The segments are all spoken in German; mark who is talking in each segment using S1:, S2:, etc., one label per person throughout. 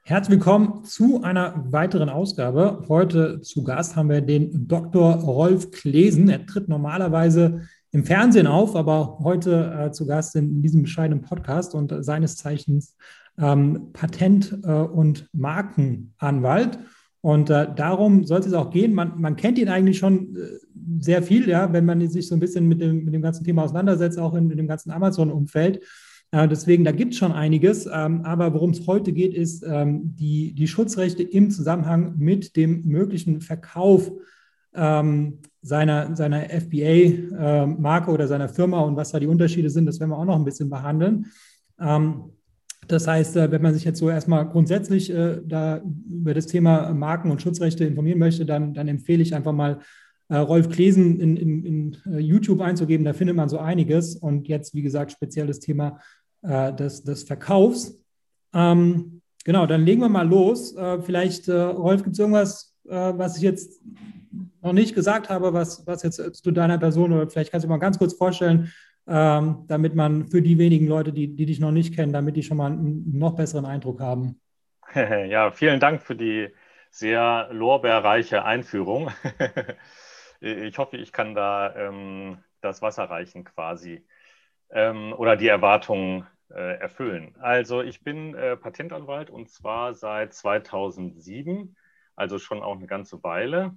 S1: Herzlich willkommen zu einer weiteren Ausgabe. Heute zu Gast haben wir den Dr. Rolf Klesen. Er tritt normalerweise im Fernsehen auf, aber heute zu Gast in diesem bescheidenen Podcast und seines Zeichens Patent- und Markenanwalt. Und darum soll es auch gehen. Man kennt ihn eigentlich schon sehr viel, ja, wenn man sich so ein bisschen mit dem ganzen Thema auseinandersetzt, auch in dem ganzen Amazon-Umfeld. Deswegen, da gibt es schon einiges. Aber worum es heute geht, ist die Schutzrechte im Zusammenhang mit dem möglichen Verkauf seiner FBA-Marke oder seiner Firma und was da die Unterschiede sind. Das werden wir auch noch ein bisschen behandeln. Ähm, Das heißt, wenn man sich jetzt so erstmal grundsätzlich da über das Thema Marken- und Schutzrechte informieren möchte, dann empfehle ich einfach mal Rolf Klesen in YouTube einzugeben. Da findet man so einiges. Und jetzt, wie gesagt, spezielles Thema des Verkaufs. Genau, dann legen wir mal los. Vielleicht, Rolf, gibt es irgendwas, was ich jetzt noch nicht gesagt habe, was jetzt zu deiner Person, oder vielleicht kannst du mal ganz kurz vorstellen, damit man für die wenigen Leute, die dich noch nicht kennen, damit die schon mal einen noch besseren Eindruck haben.
S2: Ja, vielen Dank für die sehr lorbeerreiche Einführung. Ich hoffe, ich kann da das Wasser reichen quasi oder die Erwartungen erfüllen. Also ich bin Patentanwalt und zwar seit 2007, also schon auch eine ganze Weile.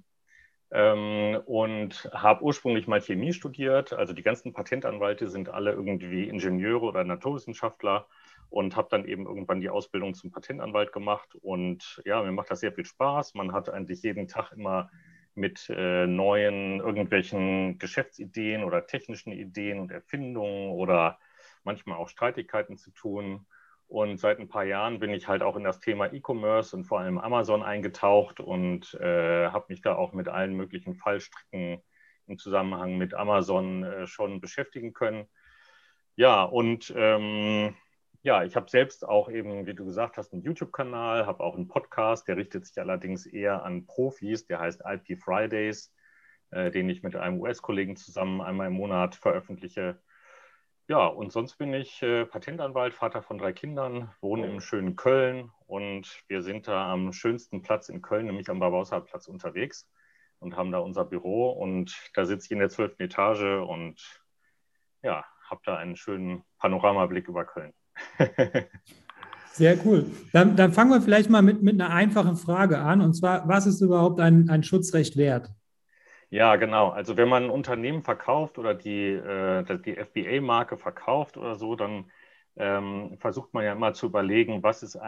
S2: Und habe ursprünglich mal Chemie studiert. Also die ganzen Patentanwälte sind alle irgendwie Ingenieure oder Naturwissenschaftler und habe dann eben irgendwann die Ausbildung zum Patentanwalt gemacht. Und ja, mir macht das sehr viel Spaß. Man hat eigentlich jeden Tag immer mit neuen irgendwelchen Geschäftsideen oder technischen Ideen und Erfindungen oder manchmal auch Streitigkeiten zu tun. Und seit ein paar Jahren bin ich halt auch in das Thema E-Commerce und vor allem Amazon eingetaucht und habe mich da auch mit allen möglichen Fallstricken im Zusammenhang mit Amazon schon beschäftigen können. Ja, und ja, ich habe selbst auch eben, wie du gesagt hast, einen YouTube-Kanal, habe auch einen Podcast, der richtet sich allerdings eher an Profis, der heißt IP Fridays, den ich mit einem US-Kollegen zusammen einmal im Monat veröffentliche. Ja, und sonst bin ich Patentanwalt, Vater von 3 Kindern, wohne im schönen Köln und wir sind da am schönsten Platz in Köln, nämlich am Barbausserplatz unterwegs und haben da unser Büro und da sitze ich in der 12. Etage und ja, habe da einen schönen Panoramablick über Köln.
S1: Sehr cool. Dann fangen wir vielleicht mal mit einer einfachen Frage an. Und zwar, was ist überhaupt ein Schutzrecht wert?
S2: Ja, genau. Also wenn man ein Unternehmen verkauft oder die FBA-Marke verkauft oder so, dann versucht man ja immer zu überlegen,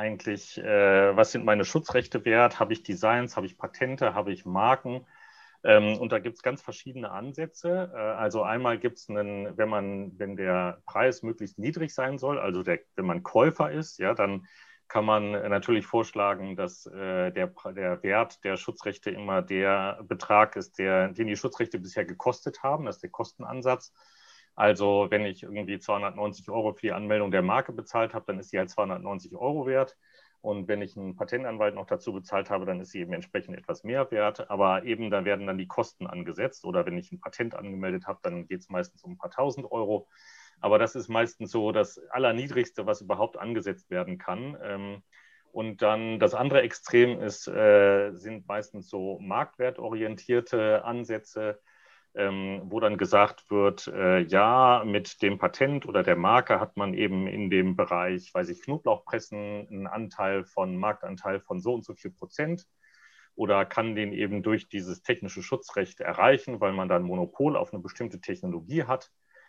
S2: was sind meine Schutzrechte wert? Habe ich Designs, habe ich Patente, habe ich Marken? Und da gibt es ganz verschiedene Ansätze. Also einmal gibt es wenn der Preis möglichst niedrig sein soll, also wenn man Käufer ist, ja, dann kann man natürlich vorschlagen, dass der Wert der Schutzrechte immer der Betrag ist, den die Schutzrechte bisher gekostet haben. Das ist der Kostenansatz. Also wenn ich irgendwie 290 Euro für die Anmeldung der Marke bezahlt habe, dann ist sie halt 290 Euro wert. Und wenn ich einen Patentanwalt noch dazu bezahlt habe, dann ist sie eben entsprechend etwas mehr wert. Aber eben da werden dann die Kosten angesetzt. Oder wenn ich ein Patent angemeldet habe, dann geht es meistens um ein paar tausend Euro. Aber das ist meistens so das Allerniedrigste, was überhaupt angesetzt werden kann. Und dann das andere Extrem sind meistens so marktwertorientierte Ansätze, wo dann gesagt wird, ja, mit dem Patent oder der Marke hat man eben in dem Bereich, weiß ich, Knoblauchpressen einen Marktanteil von so und so viel Prozent oder kann den eben durch dieses technische Schutzrecht erreichen, weil man dann Monopol auf eine bestimmte Technologie hat.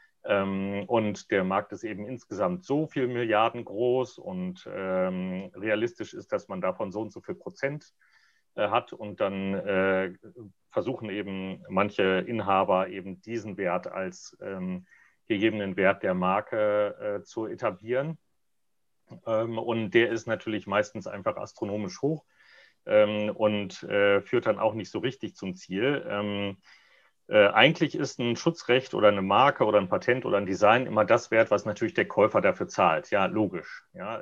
S2: Und der Markt ist eben insgesamt so viel Milliarden groß und realistisch ist, dass man davon so und so viel Prozent hat und dann versuchen eben manche Inhaber eben diesen Wert als gegebenen Wert der Marke zu etablieren. Und der ist natürlich meistens einfach astronomisch hoch und führt dann auch nicht so richtig zum Ziel. Eigentlich ist ein Schutzrecht oder eine Marke oder ein Patent oder ein Design immer das wert, was natürlich der Käufer dafür zahlt. Ja, logisch. Ja,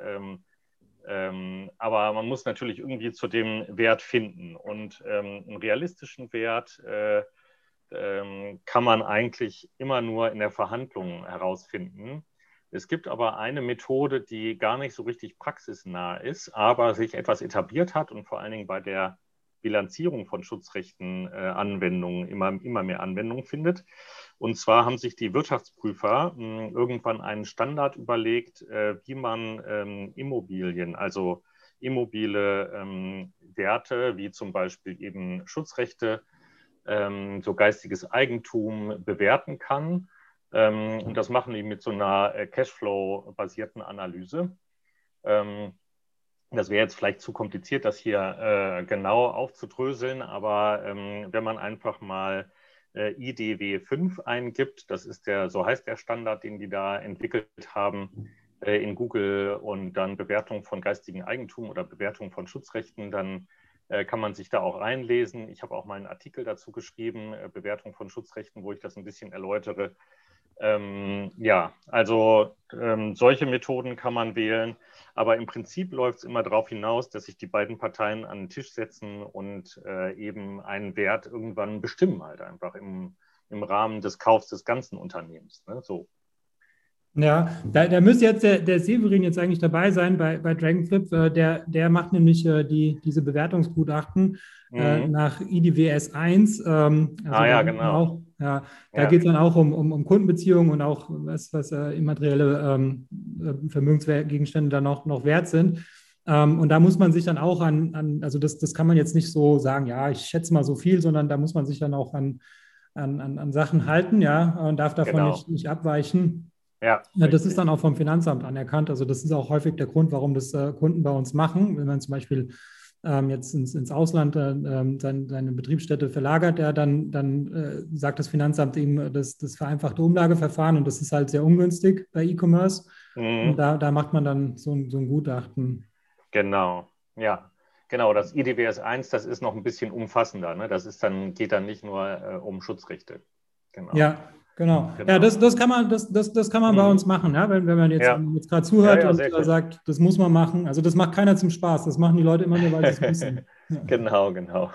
S2: aber man muss natürlich irgendwie zu dem Wert finden. Und einen realistischen Wert kann man eigentlich immer nur in der Verhandlung herausfinden, Es gibt aber eine Methode, die gar nicht so richtig praxisnah ist, aber sich etwas etabliert hat und vor allen Dingen bei der Bilanzierung von Schutzrechten Anwendungen, immer mehr Anwendungen findet. Und zwar haben sich die Wirtschaftsprüfer irgendwann einen Standard überlegt, wie man Immobilien, also immobile Werte, wie zum Beispiel eben Schutzrechte, so geistiges Eigentum bewerten kann. Und das machen die mit so einer Cashflow-basierten Analyse. Das wäre jetzt vielleicht zu kompliziert, das hier genau aufzudröseln, aber wenn man einfach mal IDW 5 eingibt, das ist so heißt der Standard, den die da entwickelt haben in Google, und dann Bewertung von geistigem Eigentum oder Bewertung von Schutzrechten, dann kann man sich da auch reinlesen. Ich habe auch mal einen Artikel dazu geschrieben, Bewertung von Schutzrechten, wo ich das ein bisschen erläutere. Ja, also solche Methoden kann man wählen, aber im Prinzip läuft es immer darauf hinaus, dass sich die beiden Parteien an den Tisch setzen und eben einen Wert irgendwann bestimmen, halt einfach im Rahmen des Kaufs des ganzen Unternehmens. Ne? So.
S1: Ja, da müsste jetzt der Severin jetzt eigentlich dabei sein bei Dragonflip. Der macht nämlich diese Bewertungsgutachten nach IDWS 1.
S2: Ja, genau.
S1: Auch, ja, da geht es dann auch um Kundenbeziehungen und auch was immaterielle Vermögensgegenstände dann noch wert sind. Und da muss man sich dann auch also das kann man jetzt nicht so sagen, ja, ich schätze mal so viel, sondern da muss man sich dann auch an Sachen halten, ja, und darf davon nicht abweichen.
S2: Ja,
S1: das ist dann auch vom Finanzamt anerkannt. Also das ist auch häufig der Grund, warum das Kunden bei uns machen. Wenn man zum Beispiel jetzt ins Ausland seine Betriebsstätte verlagert, ja, dann sagt das Finanzamt ihm das vereinfachte Umlageverfahren, und das ist halt sehr ungünstig bei E-Commerce. Und da macht man dann so ein Gutachten.
S2: Genau, ja. Genau, das IDWS 1, das ist noch ein bisschen umfassender. Ne? Geht dann nicht nur um Schutzrechte. Genau.
S1: Ja. Genau. Ja, das kann man bei uns machen, ja? Wenn man jetzt gerade zuhört und sagt, das muss man machen. Also das macht keiner zum Spaß, das machen die Leute immer nur, weil sie es müssen. Ja.
S2: Genau.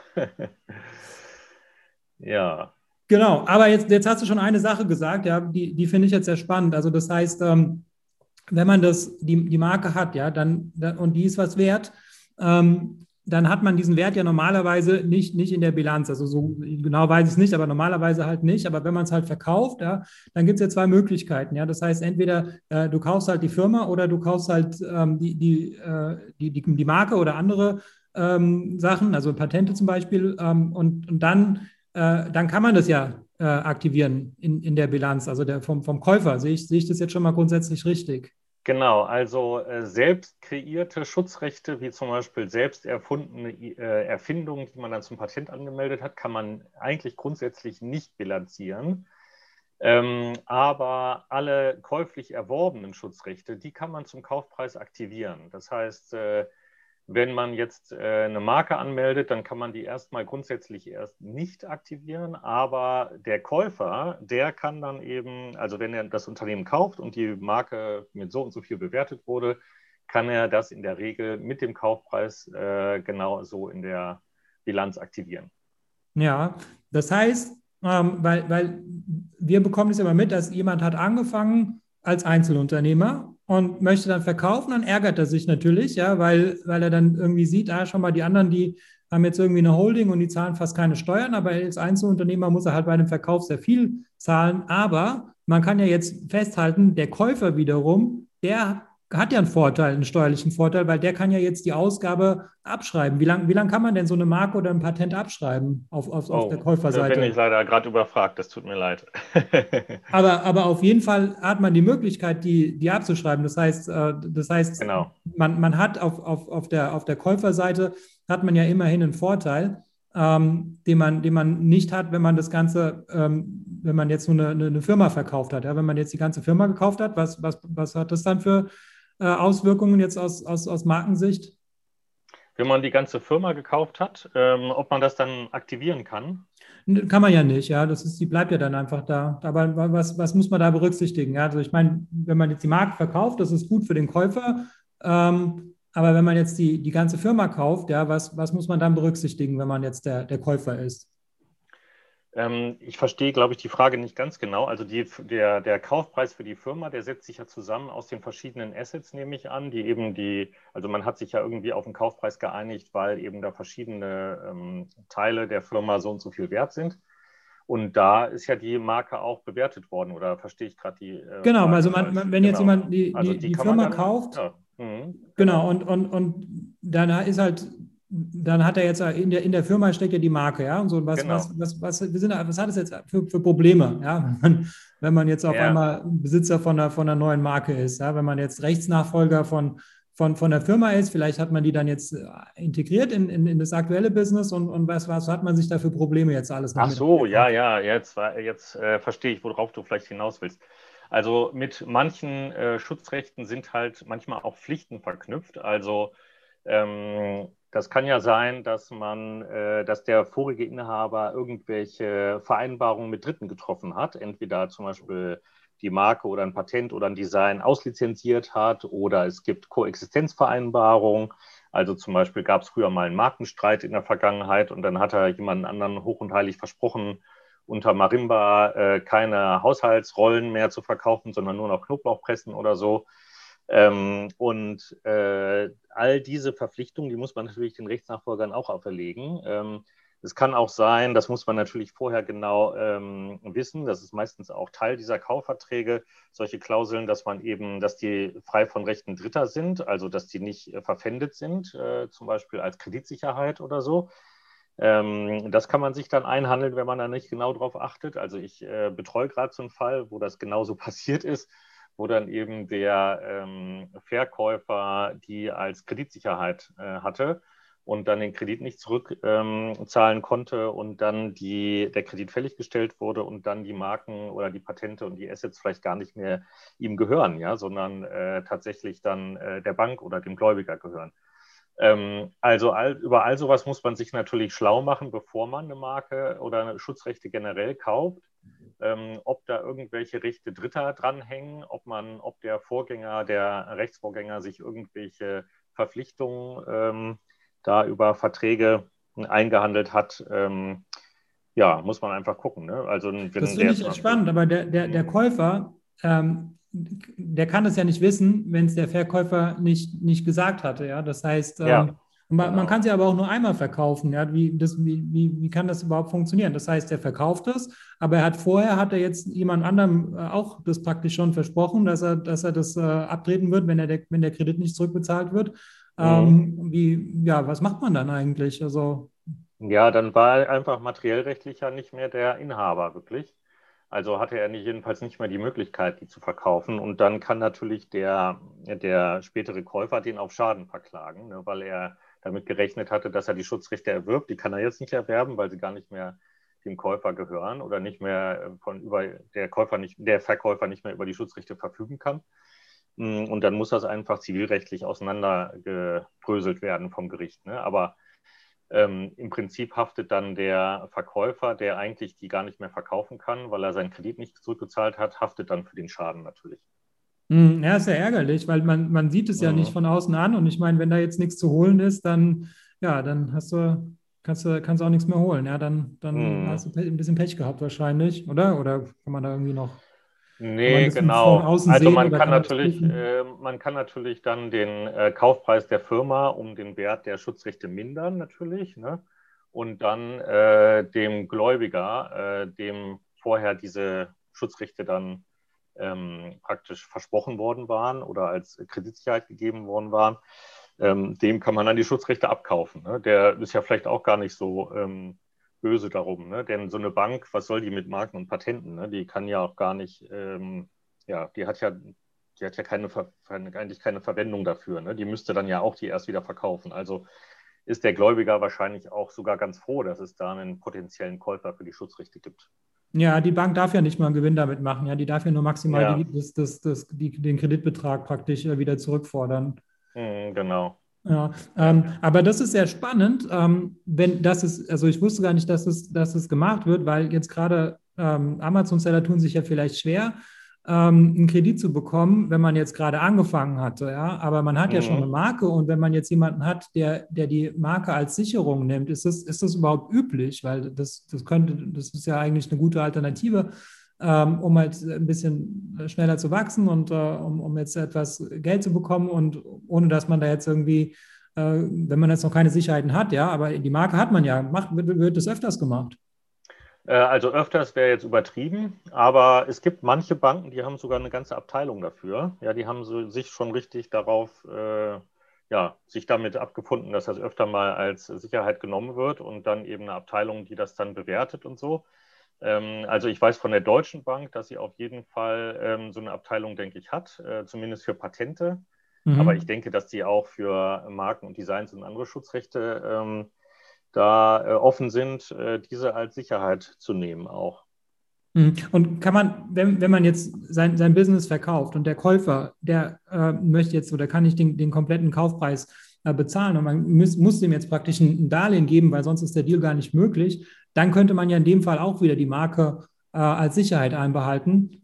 S2: Ja.
S1: Genau, aber jetzt hast du schon eine Sache gesagt, ja, die finde ich jetzt sehr spannend. Also das heißt, wenn man die Marke hat, ja, und die ist was wert, dann hat man diesen Wert ja normalerweise nicht in der Bilanz. Also so genau weiß ich es nicht, aber normalerweise halt nicht. Aber wenn man es halt verkauft, ja, dann gibt es ja zwei Möglichkeiten. Ja. Das heißt, entweder du kaufst halt die Firma oder du kaufst halt die Marke oder andere Sachen, also Patente zum Beispiel. Und dann kann man das ja aktivieren in der Bilanz, also vom Käufer. Sehe ich das jetzt schon mal grundsätzlich richtig?
S2: Genau, also selbst kreierte Schutzrechte, wie zum Beispiel selbst erfundene Erfindungen, die man dann zum Patent angemeldet hat, kann man eigentlich grundsätzlich nicht bilanzieren. Aber alle käuflich erworbenen Schutzrechte, die kann man zum Kaufpreis aktivieren. Das heißt, wenn man jetzt eine Marke anmeldet, dann kann man die erstmal grundsätzlich erst nicht aktivieren, aber der Käufer, der kann dann eben, also wenn er das Unternehmen kauft und die Marke mit so und so viel bewertet wurde, kann er das in der Regel mit dem Kaufpreis genau so in der Bilanz aktivieren.
S1: Ja, das heißt, weil wir bekommen es immer mit, dass jemand hat angefangen als Einzelunternehmer und möchte dann verkaufen, dann ärgert er sich natürlich, ja, weil er dann irgendwie sieht, schon mal die anderen, die haben jetzt irgendwie eine Holding und die zahlen fast keine Steuern, aber als Einzelunternehmer muss er halt bei dem Verkauf sehr viel zahlen. Aber man kann ja jetzt festhalten, der Käufer wiederum, der hat ja einen Vorteil, einen steuerlichen Vorteil, weil der kann ja jetzt die Ausgabe abschreiben. Wie lang kann man denn so eine Marke oder ein Patent abschreiben auf der Käuferseite?
S2: Da bin ich leider gerade überfragt, das tut mir leid.
S1: aber auf jeden Fall hat man die Möglichkeit, die abzuschreiben. Das heißt,
S2: genau.
S1: man hat auf der Käuferseite hat man ja immerhin einen Vorteil, den man nicht hat, wenn man das Ganze, wenn man jetzt nur eine Firma verkauft hat. Ja? Wenn man jetzt die ganze Firma gekauft hat, was hat das dann für Auswirkungen jetzt aus Markensicht?
S2: Wenn man die ganze Firma gekauft hat, ob man das dann aktivieren kann?
S1: Kann man ja nicht, ja. Die bleibt ja dann einfach da. Aber was muss man da berücksichtigen? Ja? Also ich meine, wenn man jetzt die Marke verkauft, das ist gut für den Käufer. Aber wenn man jetzt die ganze Firma kauft, ja, was muss man dann berücksichtigen, wenn man jetzt der Käufer ist?
S2: Ich verstehe, glaube ich, die Frage nicht ganz genau. Also der Kaufpreis für die Firma, der setzt sich ja zusammen aus den verschiedenen Assets, nehme ich an, also man hat sich ja irgendwie auf den Kaufpreis geeinigt, weil eben da verschiedene Teile der Firma so und so viel wert sind. Und da ist ja die Marke auch bewertet worden, oder verstehe ich gerade die
S1: Genau,
S2: Frage
S1: also
S2: falsch?
S1: wenn jetzt
S2: Genau.
S1: jemand
S2: Also die
S1: die
S2: kann man
S1: Firma
S2: dann,
S1: kauft,
S2: ja,
S1: genau,
S2: genau.
S1: und dann ist halt, dann hat er jetzt in der Firma steckt ja die Marke, ja, und so,
S2: Genau.
S1: was hat es jetzt für Probleme, ja, wenn man jetzt auf
S2: Ja.
S1: einmal Besitzer von einer neuen Marke ist, ja, wenn man jetzt Rechtsnachfolger von der Firma ist, vielleicht hat man die dann jetzt integriert in das aktuelle Business und was hat man sich da für Probleme jetzt alles noch
S2: Ach
S1: mit
S2: so, ja,
S1: eingekauft?
S2: ja, jetzt verstehe ich, worauf du vielleicht hinaus willst. Also mit manchen Schutzrechten sind halt manchmal auch Pflichten verknüpft. Also das kann ja sein, dass der vorige Inhaber irgendwelche Vereinbarungen mit Dritten getroffen hat, entweder zum Beispiel die Marke oder ein Patent oder ein Design auslizenziert hat, oder es gibt Koexistenzvereinbarungen. Also zum Beispiel gab es früher mal einen Markenstreit in der Vergangenheit und dann hat er jemanden anderen hoch und heilig versprochen, unter Marimba keine Haushaltsrollen mehr zu verkaufen, sondern nur noch Knoblauchpressen oder so. All diese Verpflichtungen, die muss man natürlich den Rechtsnachfolgern auch auferlegen. Es kann auch sein, das muss man natürlich vorher genau wissen, das ist meistens auch Teil dieser Kaufverträge, solche Klauseln, dass die frei von Rechten Dritter sind, also dass die nicht verpfändet sind, zum Beispiel als Kreditsicherheit oder so. Das kann man sich dann einhandeln, wenn man da nicht genau drauf achtet. Also ich betreue gerade so einen Fall, wo das genauso passiert ist, wo dann eben der Verkäufer die als Kreditsicherheit hatte und dann den Kredit nicht zurückzahlen konnte und dann der Kredit fälliggestellt wurde und dann die Marken oder die Patente und die Assets vielleicht gar nicht mehr ihm gehören, ja, sondern tatsächlich dann der Bank oder dem Gläubiger gehören. Also über all sowas muss man sich natürlich schlau machen, bevor man eine Marke oder eine Schutzrechte generell kauft. Ob da irgendwelche Rechte Dritter dranhängen, ob der Rechtsvorgänger sich irgendwelche Verpflichtungen da über Verträge eingehandelt hat, ja, muss man einfach gucken. Ne? Also
S1: Das
S2: wenn
S1: finde
S2: der
S1: ich
S2: zum
S1: jetzt
S2: Beispiel.
S1: spannend, aber der Käufer, der kann es ja nicht wissen, wenn es der Verkäufer nicht gesagt hatte. Ja? Das heißt,
S2: Ja,
S1: man
S2: genau.
S1: kann es ja aber auch nur einmal verkaufen. Ja? Wie kann das überhaupt funktionieren? Das heißt, er verkauft es, aber vorher hat er jetzt jemand anderem auch das praktisch schon versprochen, dass er das abtreten wird, wenn der Kredit nicht zurückbezahlt wird.
S2: Mhm.
S1: Was macht man dann eigentlich? Also,
S2: Ja, dann war er einfach materiellrechtlich ja nicht mehr der Inhaber, wirklich. Also hatte er jedenfalls nicht mehr die Möglichkeit, die zu verkaufen. Und dann kann natürlich der spätere Käufer den auf Schaden verklagen, ne, weil er damit gerechnet hatte, dass er die Schutzrechte erwirbt. Die kann er jetzt nicht erwerben, weil sie gar nicht mehr dem Käufer gehören oder nicht mehr der Verkäufer nicht mehr über die Schutzrechte verfügen kann. Und dann muss das einfach zivilrechtlich auseinandergebröselt werden vom Gericht. Ne? Aber im Prinzip haftet dann der Verkäufer, der eigentlich die gar nicht mehr verkaufen kann, weil er seinen Kredit nicht zurückgezahlt hat, haftet dann für den Schaden natürlich.
S1: Ja, ist ja ärgerlich, weil man sieht es ja nicht
S2: Mhm.
S1: von außen an. Und ich meine, wenn da jetzt nichts zu holen ist, dann, ja, dann kannst du auch nichts mehr holen. Ja, dann hast
S2: Mhm.
S1: du ein bisschen Pech gehabt wahrscheinlich, oder? Oder kann man da irgendwie kann man
S2: Nee,
S1: das von
S2: genau.
S1: außen
S2: Also
S1: sehen oder kann man das prüfen?
S2: man kann natürlich dann den Kaufpreis der Firma um den Wert der Schutzrechte mindern, natürlich, ne? Und dann dem Gläubiger, dem vorher diese Schutzrechte dann praktisch versprochen worden waren oder als Kreditsicherheit gegeben worden waren, dem kann man dann die Schutzrechte abkaufen. Ne? Der ist ja vielleicht auch gar nicht so böse darum, ne? Denn so eine Bank, was soll die mit Marken und Patenten? Ne? Die kann ja auch gar nicht, ja, die hat ja eigentlich keine Verwendung dafür. Ne? Die müsste dann ja auch die erst wieder verkaufen. Also ist der Gläubiger wahrscheinlich auch sogar ganz froh, dass es da einen potenziellen Käufer für die Schutzrechte gibt.
S1: Ja, die Bank darf ja nicht mal einen Gewinn damit machen. Ja, die darf ja nur maximal
S2: Ja,
S1: den Kreditbetrag praktisch wieder zurückfordern.
S2: genau.
S1: Ja,
S2: Ja.
S1: aber das ist sehr spannend, wenn das ist, also ich wusste gar nicht, dass es gemacht wird, weil jetzt gerade Amazon-Seller tun sich ja vielleicht schwer, einen Kredit zu bekommen, wenn man jetzt gerade angefangen hatte, ja, aber man hat ja schon eine
S2: Mhm.
S1: Marke und wenn man jetzt jemanden hat, der die Marke als Sicherung nimmt, ist das überhaupt üblich? Weil das ist ja eigentlich eine gute Alternative, um halt ein bisschen schneller zu wachsen und um jetzt etwas Geld zu bekommen und ohne dass man da jetzt irgendwie, wenn man jetzt noch keine Sicherheiten hat, ja, aber die Marke hat man ja, wird das öfters gemacht.
S2: Also öfters wäre jetzt übertrieben, aber es gibt manche Banken, die haben sogar eine ganze Abteilung dafür. Ja, die haben so, sich schon richtig darauf, ja, sich damit abgefunden, dass das öfter mal als Sicherheit genommen wird und dann eben eine Abteilung, die das dann bewertet und so. Also ich weiß von der Deutschen Bank, dass sie auf jeden Fall so eine Abteilung, denke ich, hat, zumindest für Patente. Aber ich
S1: Mhm.
S2: denke, dass die auch für Marken und Designs und andere Schutzrechte da offen sind, diese als Sicherheit zu nehmen auch.
S1: Mhm. Und kann man, wenn man jetzt sein Business verkauft und der Käufer, der möchte jetzt oder kann nicht den kompletten Kaufpreis bezahlen und man muss dem jetzt praktisch ein Darlehen geben, weil sonst ist der Deal gar nicht möglich, dann könnte man ja in dem Fall auch wieder die Marke als Sicherheit einbehalten.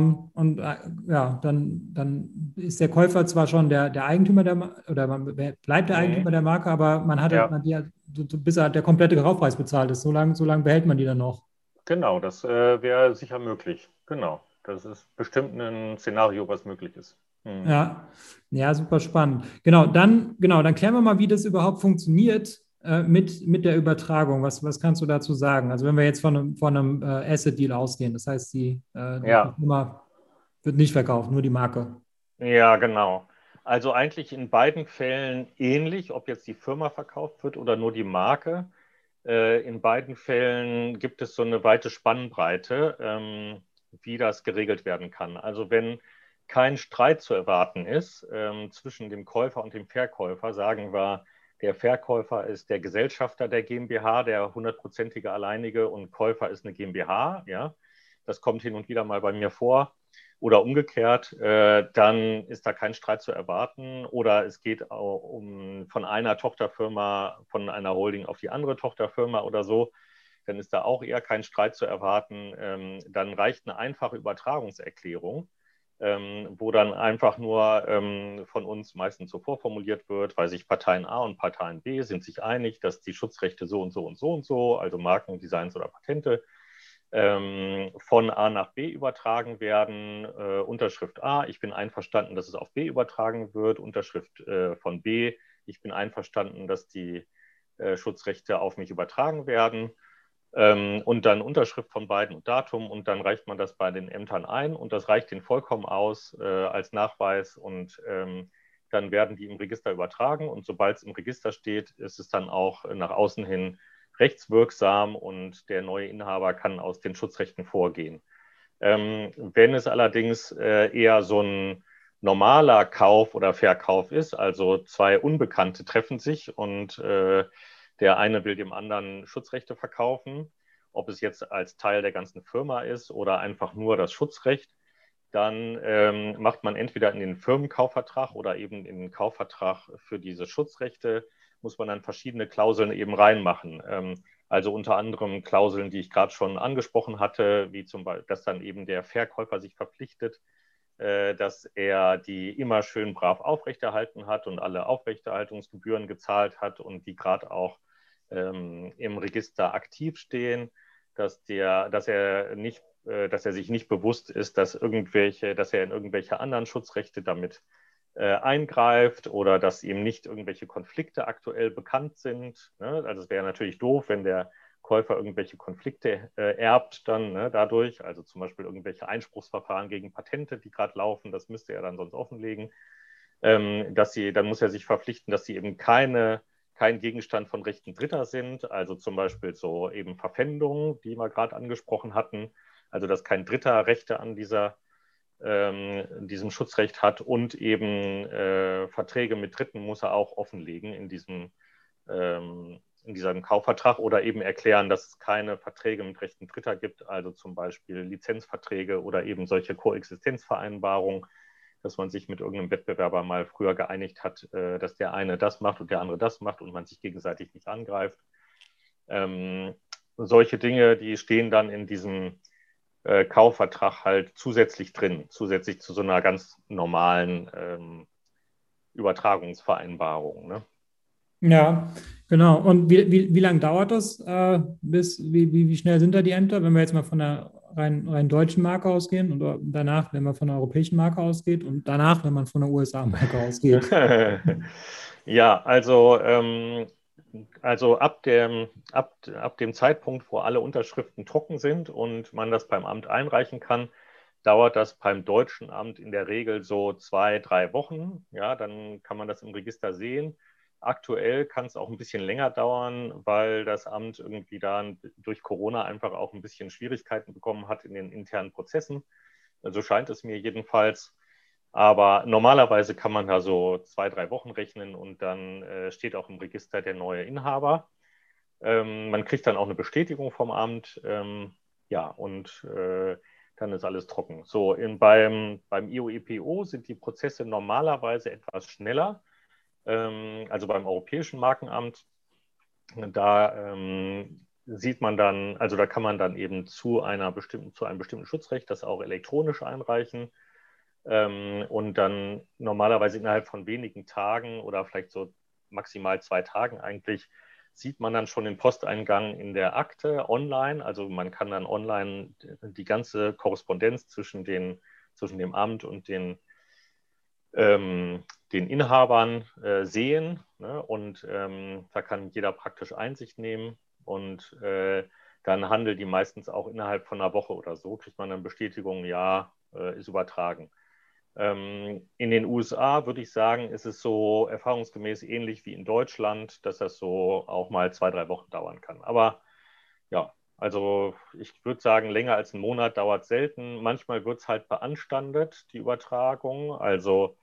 S1: Ja, dann ist der Käufer zwar schon der Eigentümer oder man bleibt der
S2: Mhm.
S1: Eigentümer der Marke, aber
S2: Ja,
S1: man die, bis er der komplette Kaufpreis bezahlt ist. So lang behält man die dann noch.
S2: genau, das wäre sicher möglich. Genau, das ist bestimmt ein Szenario, was möglich ist. Mhm.
S1: Ja, ja, super spannend. Genau, dann klären wir mal, wie das überhaupt funktioniert mit der Übertragung. Was kannst du dazu sagen? Also wenn wir jetzt von einem Asset-Deal ausgehen, das heißt, die
S2: Ja,
S1: Firma wird nicht verkauft, nur die Marke.
S2: ja, genau. Also eigentlich in beiden Fällen ähnlich, ob jetzt die Firma verkauft wird oder nur die Marke. In beiden Fällen gibt es so eine weite Spannbreite, wie das geregelt werden kann. Also wenn kein Streit zu erwarten ist zwischen dem Käufer und dem Verkäufer, sagen wir, der Verkäufer ist der Gesellschafter der GmbH, der hundertprozentige Alleinige und Käufer ist eine GmbH, ja, das kommt hin und wieder mal bei mir vor oder umgekehrt, dann ist da kein Streit zu erwarten oder es geht um von einer Tochterfirma, von einer Holding auf die andere Tochterfirma oder so, dann ist da auch eher kein Streit zu erwarten. Dann reicht eine einfache Übertragungserklärung, wo dann einfach nur von uns meistens so vorformuliert wird, weil sich Parteien A und Parteien B sind sich einig, dass die Schutzrechte so und so und so und so, also Marken, Designs oder Patente, von A nach B übertragen werden. Unterschrift A, ich bin einverstanden, dass es auf B übertragen wird. Unterschrift von B, ich bin einverstanden, dass die Schutzrechte auf mich übertragen werden. Und dann Unterschrift von beiden und Datum und dann reicht man das bei den Ämtern ein und das reicht denen vollkommen aus als Nachweis und dann werden die im Register übertragen und sobald es im Register steht, ist es dann auch nach außen hin rechtswirksam und der neue Inhaber kann aus den Schutzrechten vorgehen. Wenn es allerdings eher so ein normaler Kauf oder Verkauf ist, also zwei Unbekannte treffen sich und der eine will dem anderen Schutzrechte verkaufen, ob es jetzt als Teil der ganzen Firma ist oder einfach nur das Schutzrecht, dann macht man entweder in den Firmenkaufvertrag oder eben in den Kaufvertrag für diese Schutzrechte, muss man dann verschiedene Klauseln eben reinmachen. Also unter anderem Klauseln, die ich gerade schon angesprochen hatte, wie zum Beispiel, dass dann eben der Verkäufer sich verpflichtet, dass er die immer schön brav aufrechterhalten hat und alle Aufrechterhaltungsgebühren gezahlt hat und die gerade auch im Register aktiv stehen, dass er sich nicht bewusst ist, dass er in irgendwelche anderen Schutzrechte damit eingreift oder dass ihm nicht irgendwelche Konflikte aktuell bekannt sind. Ne? Also es wäre natürlich doof, wenn der Käufer irgendwelche Konflikte erbt dann dadurch, also zum Beispiel irgendwelche Einspruchsverfahren gegen Patente, die gerade laufen, das müsste er dann sonst offenlegen. Dann muss er sich verpflichten, dass sie eben kein Gegenstand von Rechten Dritter sind, also zum Beispiel so eben Verpfändungen, die wir gerade angesprochen hatten, also dass kein Dritter Rechte an diesem Schutzrecht hat und eben Verträge mit Dritten muss er auch offenlegen in diesem Kaufvertrag oder eben erklären, dass es keine Verträge mit Rechten Dritter gibt, also zum Beispiel Lizenzverträge oder eben solche Koexistenzvereinbarungen, dass man sich mit irgendeinem Wettbewerber mal früher geeinigt hat, dass der eine das macht und der andere das macht und man sich gegenseitig nicht angreift. Solche Dinge, die stehen dann in diesem Kaufvertrag halt zusätzlich drin, zusätzlich zu so einer ganz normalen Übertragungsvereinbarung. Ne?
S1: Ja, genau. Und wie lange dauert das, wie schnell sind da die Ämter, wenn wir jetzt mal von der rein deutschen Marke ausgehen und danach, wenn man von der europäischen Marke ausgeht und danach, wenn man von der USA-Marke ausgeht?
S2: Ja, also ab dem Zeitpunkt, wo alle Unterschriften trocken sind und man das beim Amt einreichen kann, dauert das beim deutschen Amt in der Regel so 2, 3 Wochen. Ja, dann kann man das im Register sehen. Aktuell kann es auch ein bisschen länger dauern, weil das Amt irgendwie da durch Corona einfach auch ein bisschen Schwierigkeiten bekommen hat in den internen Prozessen. So scheint es mir jedenfalls. Aber normalerweise kann man da so 2, 3 Wochen rechnen und dann steht auch im Register der neue Inhaber. Man kriegt dann auch eine Bestätigung vom Amt. Ja, und dann ist alles trocken. So, beim IOEPO sind die Prozesse normalerweise etwas schneller. Also beim Europäischen Markenamt, da sieht man dann, also da kann man dann eben zu einem bestimmten Schutzrecht das auch elektronisch einreichen. Und dann normalerweise innerhalb von wenigen Tagen oder vielleicht so maximal 2 Tagen eigentlich sieht man dann schon den Posteingang in der Akte online. Also man kann dann online die ganze Korrespondenz zwischen dem Amt und den Inhabern sehen. Ne? Und da kann jeder praktisch Einsicht nehmen. Und dann handeln die meistens auch innerhalb von einer Woche oder so, kriegt man dann Bestätigung, ja, ist übertragen. In den USA würde ich sagen, ist es so erfahrungsgemäß ähnlich wie in Deutschland, dass das so auch mal 2, 3 Wochen dauern kann. Aber ja, also ich würde sagen, länger als einen Monat dauert es selten. Manchmal wird es halt beanstandet, die Übertragung. Also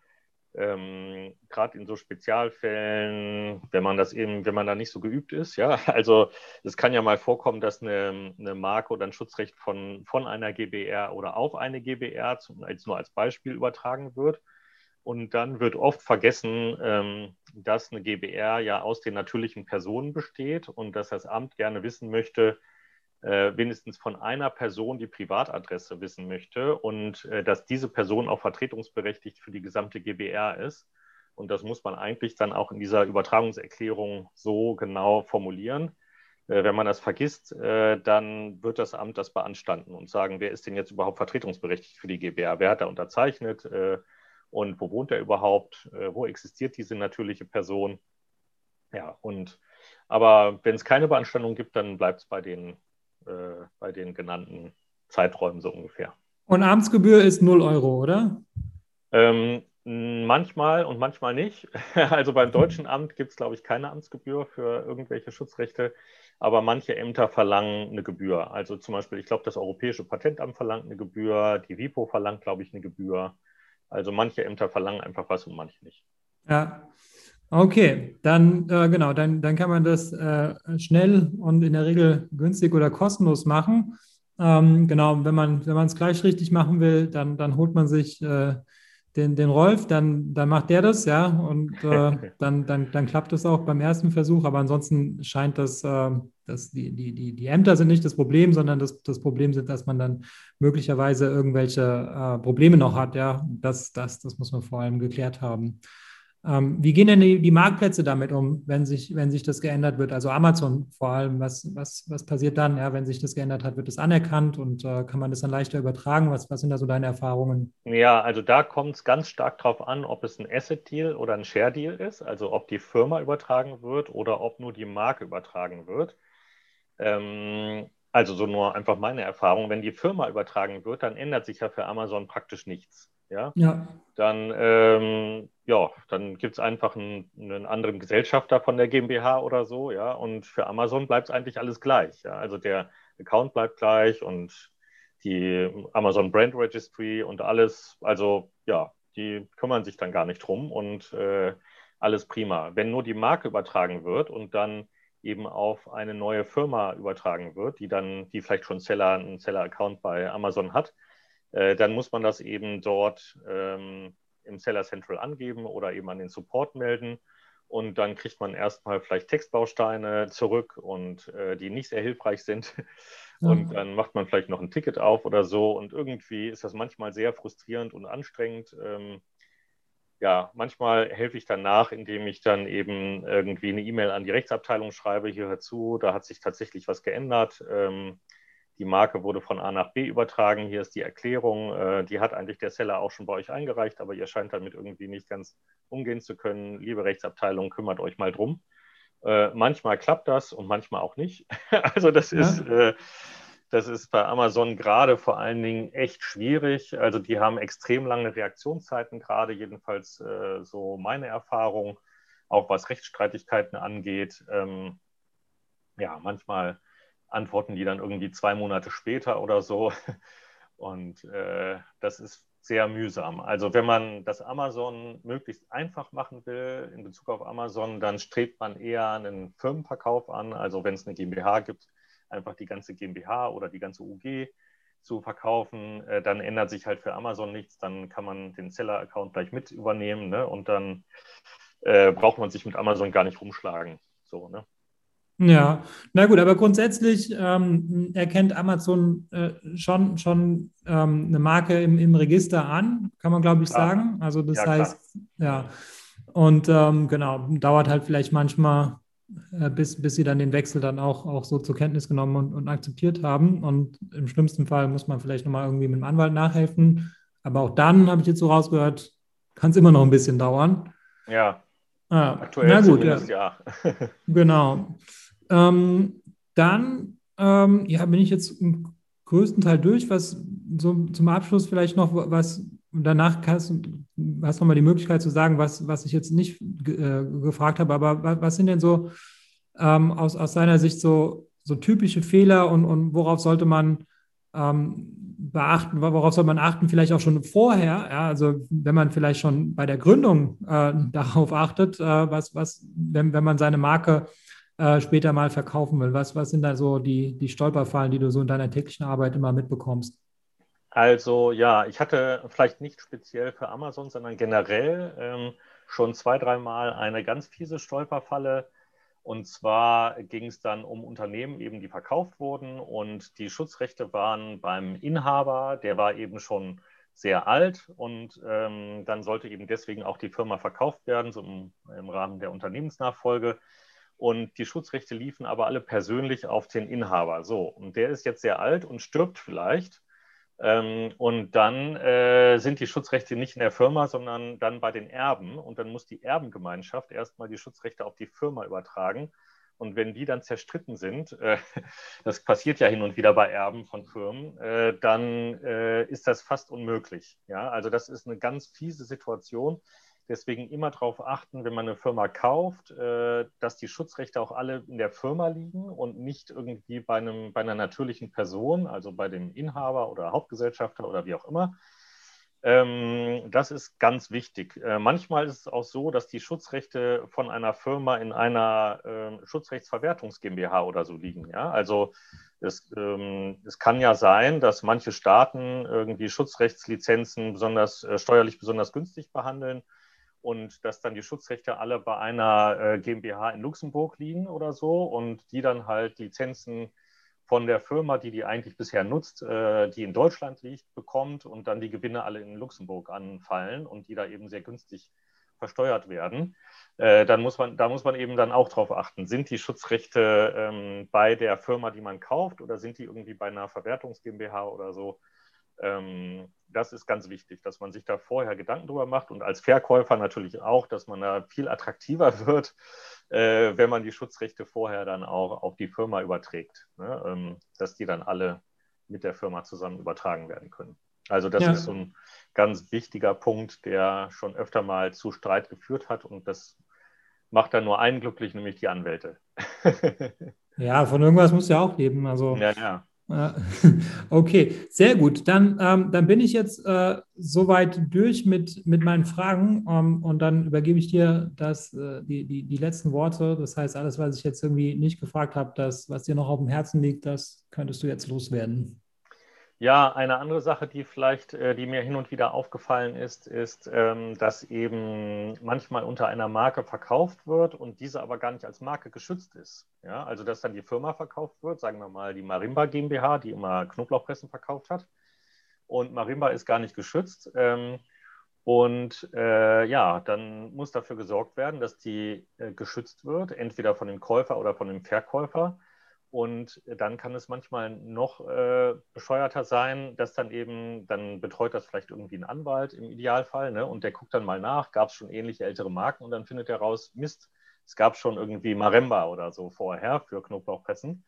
S2: gerade in so Spezialfällen, wenn man da nicht so geübt ist, ja, also es kann ja mal vorkommen, dass eine Marke oder ein Schutzrecht von einer GbR oder auf eine GbR, jetzt nur als Beispiel, übertragen wird. Und dann wird oft vergessen, dass eine GbR ja aus den natürlichen Personen besteht und dass das Amt gerne wissen möchte, wenigstens von einer Person die Privatadresse wissen möchte und dass diese Person auch vertretungsberechtigt für die gesamte GbR ist. Und das muss man eigentlich dann auch in dieser Übertragungserklärung so genau formulieren. Wenn man das vergisst, dann wird das Amt das beanstanden und sagen, wer ist denn jetzt überhaupt vertretungsberechtigt für die GbR? Wer hat da unterzeichnet und wo wohnt er überhaupt? Wo existiert diese natürliche Person? Ja, aber wenn es keine Beanstandung gibt, dann bleibt es bei den genannten Zeiträumen so ungefähr.
S1: Und Amtsgebühr ist 0 Euro, oder?
S2: Manchmal und manchmal nicht. Also beim Deutschen Amt gibt es, glaube ich, keine Amtsgebühr für irgendwelche Schutzrechte, aber manche Ämter verlangen eine Gebühr. Also zum Beispiel, ich glaube, das Europäische Patentamt verlangt eine Gebühr, die WIPO verlangt, glaube ich, eine Gebühr. Also manche Ämter verlangen einfach was und manche nicht.
S1: Ja. Okay, dann genau, dann kann man das schnell und in der Regel günstig oder kostenlos machen. Genau, wenn man es gleich richtig machen will, dann holt man sich den Rolf, dann macht der das, ja, und dann klappt es auch beim ersten Versuch. Aber ansonsten scheint dass die Ämter sind nicht das Problem, sondern das Problem sind, dass man dann möglicherweise irgendwelche Probleme noch hat, ja. Das muss man vor allem geklärt haben. Wie gehen denn die Marktplätze damit um, wenn sich das geändert wird? Also Amazon vor allem, was passiert dann, ja, wenn sich das geändert hat? Wird es anerkannt und kann man das dann leichter übertragen? Was sind da so deine Erfahrungen?
S2: Ja, also da kommt es ganz stark drauf an, ob es ein Asset-Deal oder ein Share-Deal ist, also ob die Firma übertragen wird oder ob nur die Marke übertragen wird. Also so nur einfach meine Erfahrung. Wenn die Firma übertragen wird, dann ändert sich ja für Amazon praktisch nichts. Ja,
S1: Ja,
S2: dann gibt es einfach einen anderen Gesellschafter von der GmbH oder so, ja, und für Amazon bleibt es eigentlich alles gleich. Ja? Also der Account bleibt gleich und die Amazon Brand Registry und alles, also ja, die kümmern sich dann gar nicht drum und alles prima. Wenn nur die Marke übertragen wird und dann eben auf eine neue Firma übertragen wird, die vielleicht schon einen Seller-Account bei Amazon hat, dann muss man das eben dort im Seller Central angeben oder eben an den Support melden. Und dann kriegt man erstmal vielleicht Textbausteine zurück und die nicht sehr hilfreich sind. Und
S1: Ja.
S2: dann macht man vielleicht noch ein Ticket auf oder so. Und irgendwie ist das manchmal sehr frustrierend und anstrengend. Ja, manchmal helfe ich dann nach, indem ich dann eben irgendwie eine E-Mail an die Rechtsabteilung schreibe, hier hör zu, da hat sich tatsächlich was geändert. Die Marke wurde von A nach B übertragen, hier ist die Erklärung, die hat eigentlich der Seller auch schon bei euch eingereicht, aber ihr scheint damit irgendwie nicht ganz umgehen zu können. Liebe Rechtsabteilung, kümmert euch mal drum. Manchmal klappt das und manchmal auch nicht. Also
S1: Ja.
S2: das ist bei Amazon gerade vor allen Dingen echt schwierig. Also die haben extrem lange Reaktionszeiten, gerade jedenfalls so meine Erfahrung, auch was Rechtsstreitigkeiten angeht. Ja, manchmal antworten die dann irgendwie 2 Monate später oder so. Und das ist sehr mühsam. Also wenn man das Amazon möglichst einfach machen will in Bezug auf Amazon, dann strebt man eher einen Firmenverkauf an. Also wenn es eine GmbH gibt, einfach die ganze GmbH oder die ganze UG zu verkaufen. Dann ändert sich halt für Amazon nichts. Dann kann man den Seller-Account gleich mit übernehmen, ne? Und dann braucht man sich mit Amazon gar nicht rumschlagen. So, ne?
S1: Ja, na gut, aber grundsätzlich erkennt Amazon schon eine Marke im Register an, kann man, glaube ich,
S2: Klar,
S1: sagen. Also das
S2: ja klar.
S1: heißt, ja,
S2: Mhm.
S1: und genau, dauert halt vielleicht manchmal, bis sie dann den Wechsel dann auch so zur Kenntnis genommen und akzeptiert haben. Und im schlimmsten Fall muss man vielleicht nochmal irgendwie mit dem Anwalt nachhelfen. Aber auch dann, habe ich jetzt so rausgehört, kann es immer noch ein bisschen dauern.
S2: Ja,
S1: Na
S2: aktuell
S1: gut, ja.
S2: zumindest ja.
S1: Genau. Dann ja, bin ich jetzt im größten Teil durch. Was so zum Abschluss vielleicht noch was, danach hast du nochmal die Möglichkeit zu sagen, was ich jetzt nicht gefragt habe, aber was sind denn so aus deiner Sicht so typische Fehler und worauf sollte man beachten, worauf soll man achten, vielleicht auch schon vorher, ja, also wenn man vielleicht schon bei der Gründung darauf achtet, wenn man seine Marke später mal verkaufen will. Was sind da so die Stolperfallen, die du so in deiner täglichen Arbeit immer mitbekommst?
S2: Also ja, ich hatte vielleicht nicht speziell für Amazon, sondern generell schon 2, 3 Mal eine ganz fiese Stolperfalle. Und zwar ging es dann um Unternehmen eben, die verkauft wurden und die Schutzrechte waren beim Inhaber, der war eben schon sehr alt und dann sollte eben deswegen auch die Firma verkauft werden, so im Rahmen der Unternehmensnachfolge. Und die Schutzrechte liefen aber alle persönlich auf den Inhaber. So, und der ist jetzt sehr alt und stirbt vielleicht. Und dann sind die Schutzrechte nicht in der Firma, sondern dann bei den Erben. Und dann muss die Erbengemeinschaft erstmal die Schutzrechte auf die Firma übertragen. Und wenn die dann zerstritten sind, das passiert ja hin und wieder bei Erben von Firmen, dann ist das fast unmöglich. Ja? Also das ist eine ganz fiese Situation. Deswegen immer darauf achten, wenn man eine Firma kauft, dass die Schutzrechte auch alle in der Firma liegen und nicht irgendwie bei einer natürlichen Person, also bei dem Inhaber oder Hauptgesellschafter oder wie auch immer. Das ist ganz wichtig. Manchmal ist es auch so, dass die Schutzrechte von einer Firma in einer Schutzrechtsverwertungs GmbH oder so liegen. Ja? Also es kann ja sein, dass manche Staaten irgendwie Schutzrechtslizenzen steuerlich besonders günstig behandeln und dass dann die Schutzrechte alle bei einer GmbH in Luxemburg liegen oder so und die dann halt Lizenzen von der Firma, die eigentlich bisher nutzt, die in Deutschland liegt, bekommt und dann die Gewinne alle in Luxemburg anfallen und die da eben sehr günstig versteuert werden. Da muss man eben dann auch drauf achten. Sind die Schutzrechte bei der Firma, die man kauft, oder sind die irgendwie bei einer Verwertungs GmbH oder so? Das ist ganz wichtig, dass man sich da vorher Gedanken drüber macht und als Verkäufer natürlich auch, dass man da viel attraktiver wird, wenn man die Schutzrechte vorher dann auch auf die Firma überträgt, ne? Dass die dann alle mit der Firma zusammen übertragen werden können. Also das ist so
S1: Ja,
S2: ein ganz wichtiger Punkt, der schon öfter mal zu Streit geführt hat und das macht dann nur einen glücklich, nämlich die Anwälte.
S1: ja, von irgendwas muss ja auch leben. Also
S2: Ja, ja.
S1: Äh, Okay, sehr gut. Dann bin ich jetzt soweit durch mit meinen Fragen und dann übergebe ich dir die letzten Worte. Das heißt, alles, was ich jetzt irgendwie nicht gefragt habe, was dir noch auf dem Herzen liegt, das könntest du jetzt loswerden.
S2: Ja, eine andere Sache, die vielleicht, die mir hin und wieder aufgefallen ist, dass eben manchmal unter einer Marke verkauft wird und diese aber gar nicht als Marke geschützt ist. Ja, also dass dann die Firma verkauft wird, sagen wir mal die Marimba GmbH, die immer Knoblauchpressen verkauft hat. Und Marimba ist gar nicht geschützt. Ja, dann muss dafür gesorgt werden, dass die geschützt wird, entweder von dem Käufer oder von dem Verkäufer. Und dann kann es manchmal noch bescheuerter sein, dass dann eben, dann betreut das vielleicht irgendwie ein Anwalt im Idealfall, ne? Und der guckt dann mal nach, gab es schon ähnliche ältere Marken und dann findet er raus, Mist, es gab schon irgendwie Maremba oder so vorher für Knoblauchpressen.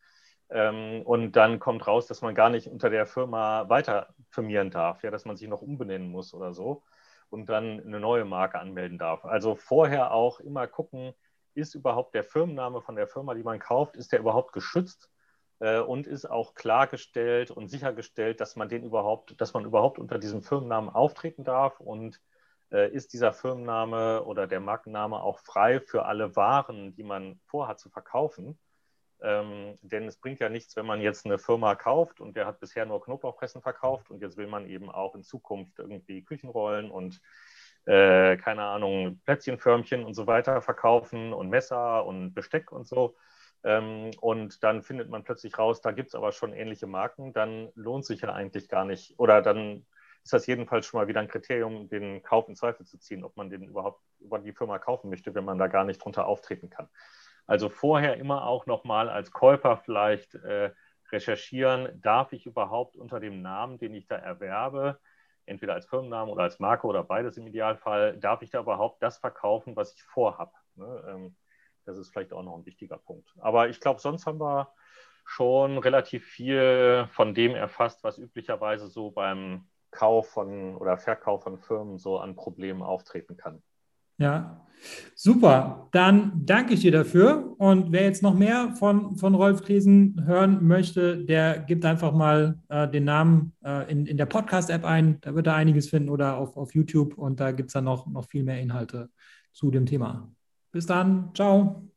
S2: Und dann kommt raus, dass man gar nicht unter der Firma weiter firmieren darf, ja, dass man sich noch umbenennen muss oder so und dann eine neue Marke anmelden darf. Also vorher auch immer gucken, ist überhaupt der Firmenname von der Firma, die man kauft, ist der überhaupt geschützt und ist auch klargestellt und sichergestellt, dass man überhaupt unter diesem Firmennamen auftreten darf und ist dieser Firmenname oder der Markenname auch frei für alle Waren, die man vorhat zu verkaufen. Denn es bringt ja nichts, wenn man jetzt eine Firma kauft und der hat bisher nur Knoblauchpressen verkauft und jetzt will man eben auch in Zukunft irgendwie Küchenrollen und keine Ahnung, Plätzchenförmchen und so weiter verkaufen und Messer und Besteck und so. Und dann findet man plötzlich raus, da gibt es aber schon ähnliche Marken, dann lohnt sich ja eigentlich gar nicht. Oder dann ist das jedenfalls schon mal wieder ein Kriterium, den Kauf in Zweifel zu ziehen, ob man den überhaupt über die Firma kaufen möchte, wenn man da gar nicht drunter auftreten kann. Also vorher immer auch nochmal als Käufer vielleicht recherchieren, darf ich überhaupt unter dem Namen, den ich da erwerbe, entweder als Firmennamen oder als Marke oder beides im Idealfall, darf ich da überhaupt das verkaufen, was ich vorhabe? Ne? Das ist vielleicht auch noch ein wichtiger Punkt. Aber ich glaube, sonst haben wir schon relativ viel von dem erfasst, was üblicherweise so beim Kauf von oder Verkauf von Firmen so an Problemen auftreten kann.
S1: Ja, super. Dann danke ich dir dafür. Und wer jetzt noch mehr von Rolf Klesen hören möchte, der gibt einfach mal den Namen in der Podcast-App ein. Da wird er einiges finden oder auf YouTube. Und da gibt es dann noch viel mehr Inhalte zu dem Thema. Bis dann. Ciao.